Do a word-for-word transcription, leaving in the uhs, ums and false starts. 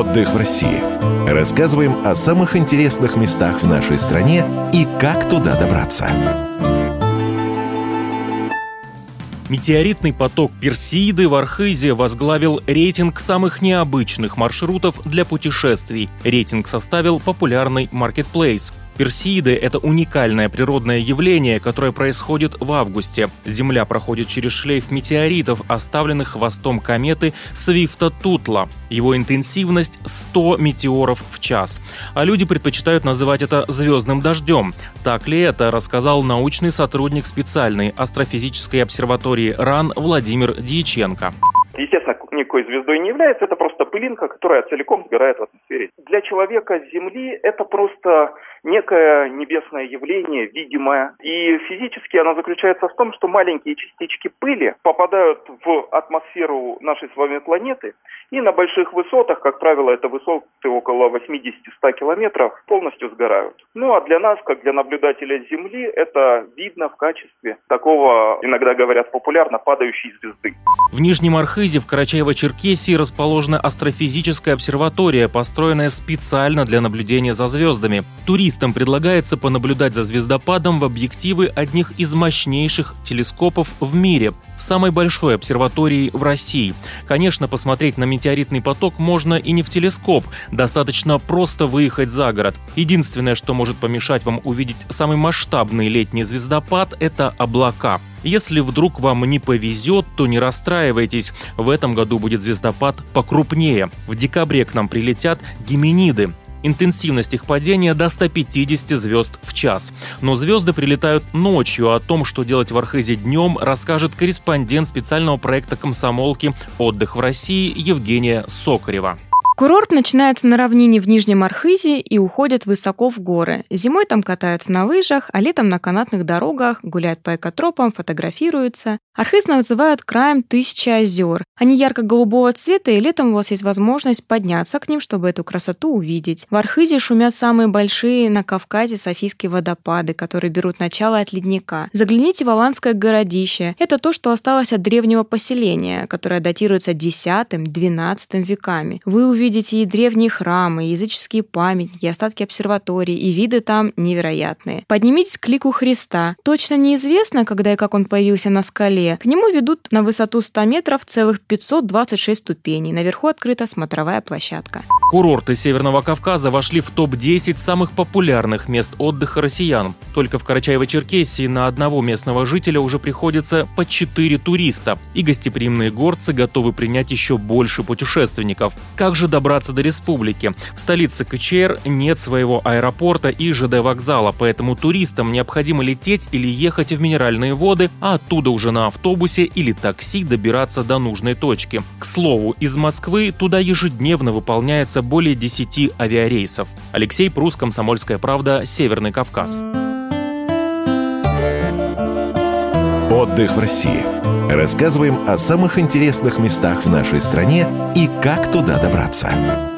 Отдых в России. Рассказываем о самых интересных местах в нашей стране и как туда добраться. Метеоритный поток Персеиды в Архизе возглавил рейтинг самых необычных маршрутов для путешествий. Рейтинг составил популярный Marketplace. Персеиды — это уникальное природное явление, которое происходит в августе. Земля проходит через шлейф метеоритов, оставленных хвостом кометы Свифта-Тутла. Его интенсивность — сто метеоров в час. А люди предпочитают называть это звездным дождем. Так ли это, рассказал научный сотрудник специальной астрофизической обсерватории РАН Владимир Дьяченко. Естественно, никакой звездой не является, это просто пылинка, которая целиком сгорает в атмосфере. Для человека с Земли это просто некое небесное явление, видимое. И физически оно заключается в том, что маленькие частички пыли попадают в атмосферу нашей с вами планеты, и на больших высотах, как правило, это высоты около восемьдесят-сто километров, полностью сгорают. Ну а для нас, как для наблюдателя Земли, это видно в качестве такого, иногда говорят популярно, падающей звезды. В Нижнем Архизе в Карачаево-Черкесии расположена астрофизическая обсерватория, построенная специально для наблюдения за звездами. Туристам предлагается понаблюдать за звездопадом в объективы одних из мощнейших телескопов в мире, в самой большой обсерватории в России. Конечно, посмотреть на метеоритный поток можно и не в телескоп, достаточно просто выехать за город. Единственное, что может помешать вам увидеть самый масштабный летний звездопад, это облака. Если вдруг вам не повезет, то не расстраивайтесь. В этом году будет звездопад покрупнее. В декабре к нам прилетят геминиды. Интенсивность их падения до ста пятидесяти звезд в час. Но звезды прилетают ночью. О том, что делать в Архизе днем, расскажет корреспондент специального проекта комсомолки «Отдых в России» Евгения Сокарева. Курорт начинается на равнине в Нижнем Архизе и уходит высоко в горы. Зимой там катаются на лыжах, а летом на канатных дорогах, гуляют по экотропам, фотографируются. Архиз называют краем тысячи озер. Они ярко-голубого цвета, и летом у вас есть возможность подняться к ним, чтобы эту красоту увидеть. В Архизе шумят самые большие на Кавказе Софийские водопады, которые берут начало от ледника. Загляните в Аланское городище. Это то, что осталось от древнего поселения, которое датируется десятым-двенадцатым веками. Вы увидите Видите и древние храмы, и языческие памятники, и остатки обсерваторий, и виды там невероятные. Поднимитесь к лику Христа. Точно неизвестно, когда и как он появился на скале. К нему ведут на высоту ста метров целых пятьсот двадцать шесть ступеней. Наверху открыта смотровая площадка. Курорты Северного Кавказа вошли в топ десять самых популярных мест отдыха россиян. Только в Карачаево-Черкесии на одного местного жителя уже приходится по четыре туриста. И гостеприимные горцы готовы принять еще больше путешественников. Как же добраться до республики? В столице ка че эр нет своего аэропорта и же дэ вокзала, поэтому туристам необходимо лететь или ехать в Минеральные воды, а оттуда уже на автобусе или такси добираться до нужной точки. К слову, из Москвы туда ежедневно выполняется более десяти авиарейсов. Алексей Прус, «Комсомольская правда», Северный Кавказ. Отдых в России. Рассказываем о самых интересных местах в нашей стране и как туда добраться.